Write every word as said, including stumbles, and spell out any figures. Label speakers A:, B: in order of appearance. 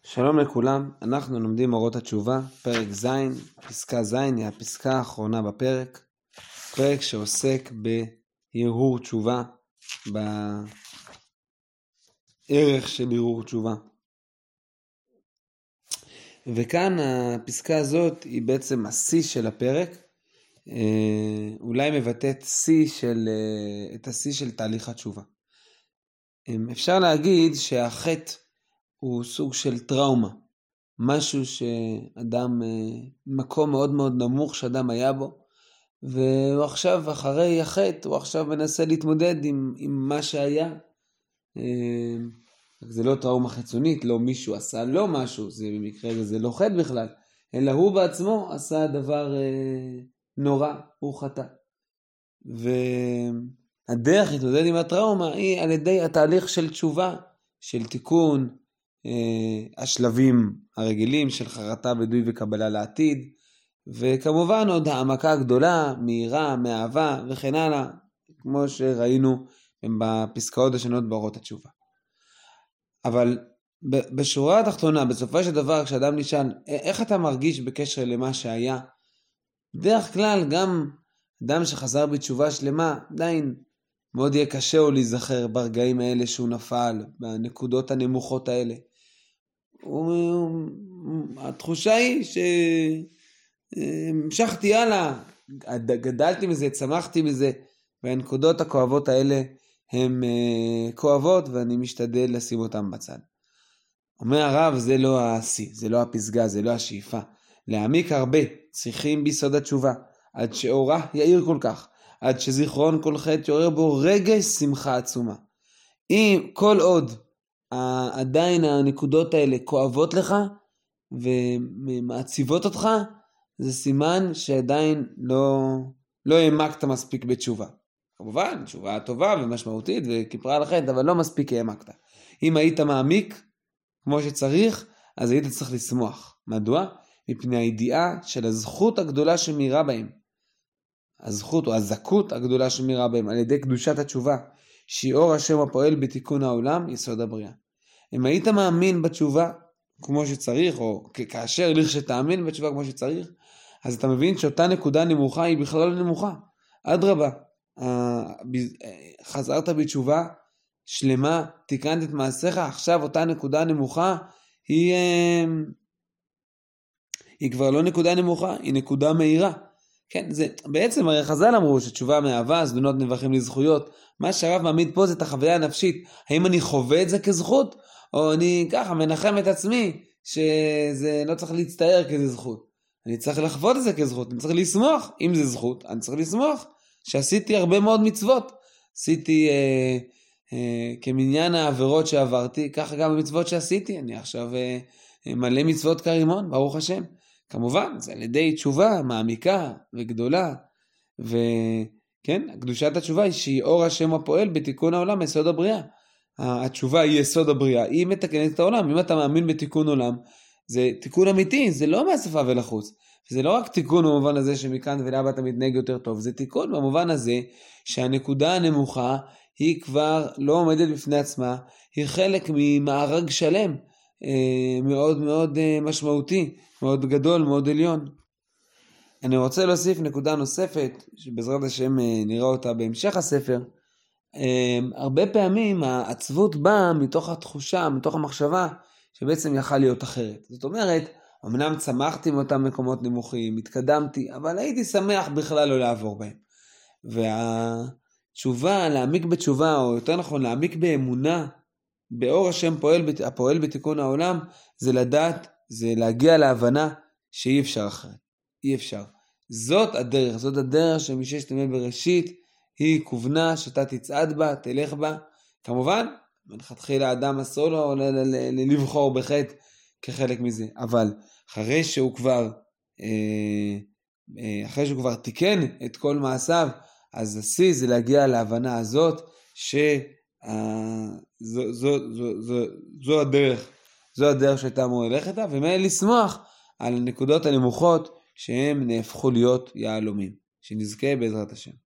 A: שלום לכולם, אנחנו לומדים אורות התשובה, פרק ז', פסקה ז' היא הפסקה האחרונה בפרק, פרק שעוסק בהרהור תשובה, בערך של הרהור תשובה. וכאן הפסקה הזאת היא בעצם השיא של הפרק, אולי מבטאת שיא של, את השיא של תהליך התשובה. אפשר להגיד שהחטא הוא סוג של טראומה, משהו שאדם, מקום מאוד מאוד נמוך שאדם היה בו, והוא עכשיו אחרי החטא, הוא עכשיו מנסה להתמודד עם, עם מה שהיה. זה לא טראומה חיצונית, לא מישהו עשה לו משהו, זה במקרה זה לא חטא בכלל, אלא הוא בעצמו עשה דבר נורא, הוא חטא. והדרך להתמודד עם הטראומה היא על ידי התהליך של תשובה, של תיקון, השלבים הרגילים של חרטה ודוי וקבלה לעתיד, וכמובן עוד העמקה גדולה, מהירה, מאהבה וכן הלאה, כמו שראינו בפסקאות השונות באורות התשובה. אבל בשורה התחתונה, בסופו של דבר, כשאדם נשאל, איך אתה מרגיש בקשר למה שהיה? בדרך כלל גם אדם שחזר בתשובה שלמה, עדיין מאוד יהיה קשה לו להיזכר ברגעים האלה שהוא נפל, בנקודות הנמוכות האלה. התחושה היא שהמשכתי הלאה, גדלתי מזה, צמחתי מזה, והנקודות הכואבות האלה הן כואבות, ואני משתדל לשים אותן בצד. אומר הרב, זה לא השיא, זה לא הפסגה, זה לא השאיפה. להעמיק הרבה צריכים ביסוד התשובה, עד שאורה יאיר כל כך, עד שזיכרון כל חטא יעורר בו רגש שמחה עצומה. אם כל עוד עדיין הנקודות האלה כואבות לך ומעציבות אותך, זה סימן שעדיין לא, לא העמקת מספיק בתשובה. כמובן, תשובה טובה ומשמעותית וכיפרה על החטא, אבל לא מספיק העמקת. אם היית מעמיק כמו שצריך, אז היית צריך לשמוח. מדוע? מפני הידיעה של הזכות הגדולה שמאירה בהם. הזכות או הזכות הגדולה שמאירה בהם על ידי קדושת התשובה, שהיא אור השם הפועל בתיקון העולם, יסוד הבריאה. אם היית מאמין בתשובה כמו שצריך, או כאשר לכשתאמין בתשובה כמו שצריך, אז אתה מבין שאותה נקודה נמוכה היא בכלל לא נמוכה. אדרבה, חזרת בתשובה שלמה, תיקנת את מעשיך, עכשיו אותה נקודה נמוכה היא, היא כבר לא נקודה נמוכה, היא נקודה מהירה. כן, זה בעצם הרי חז"ל אמרו שתשובה מאהבה, זדונות נבחים לזכויות. מה שהרב מעמיד פה זה את החוויה הנפשית. האם אני חווה את זה כזכות, או אני ככה מנחם את עצמי שזה לא צריך להצטער כזה זכות. אני צריך לחוות את זה כזכות, אני צריך לשמוח. אם זה זכות, אני צריך לשמוח שעשיתי הרבה מאוד מצוות. עשיתי אה, אה, כמניין העבירות שעברתי, ככה גם המצוות שעשיתי. אני עכשיו אה, מלא מצוות כרימון, ברוך השם. כמובן, זה על ידי תשובה מעמיקה וגדולה, וכן, קדושת התשובה היא שהיא אור השם הפועל בתיקון העולם, יסוד הבריאה. התשובה היא יסוד הבריאה, היא מתקנת את העולם. אם אתה מאמין בתיקון עולם, זה תיקון אמיתי, זה לא מהשפה ולחוץ. זה לא רק תיקון במובן הזה שמכאן ולהבא אתה מתנהג יותר טוב, זה תיקון במובן הזה שהנקודה הנמוכה היא כבר לא עומדת בפני עצמה, היא חלק ממארג שלם, מאוד מאוד משמעותי, מאוד גדול, מאוד עליון. אני רוצה להוסיף נקודה נוספת, שבעזרת השם נראה אותה בהמשך הספר. הרבה פעמים העצבות באה מתוך התחושה, מתוך המחשבה, שבעצם יכל להיות אחרת. זאת אומרת, אמנם צמחתי מאותם מקומות נמוכים, התקדמתי, אבל הייתי שמח בכלל לא לעבור בהם. והתשובה, להעמיק בתשובה, או יותר נכון, להעמיק באמונה, באור השם פועל, הפועל בתיקון העולם, זה לדעת, זה להגיע להבנה שאי אפשר אחרת. אי אפשר. זאת הדרך, זאת הדרך שמשש תמי בראשית, היא כוונה שאתה תצעד בה, תלך בה. כמובן, מלכתחילה האדם אסור לו לבחור בחטא כחלק מזה. אבל אחרי שהוא כבר, אחרי שהוא כבר תיקן את כל מעשיו, אז השיא זה להגיע להבנה הזאת, ש... זו, זו, זו, זו, זו הדרך, זו הדרך שהייתה אמור ללכת, ומאלה לשמוח על הנקודות הנמוכות שהם נהפכו להיות יהלומים. שנזכה בעזרת השם.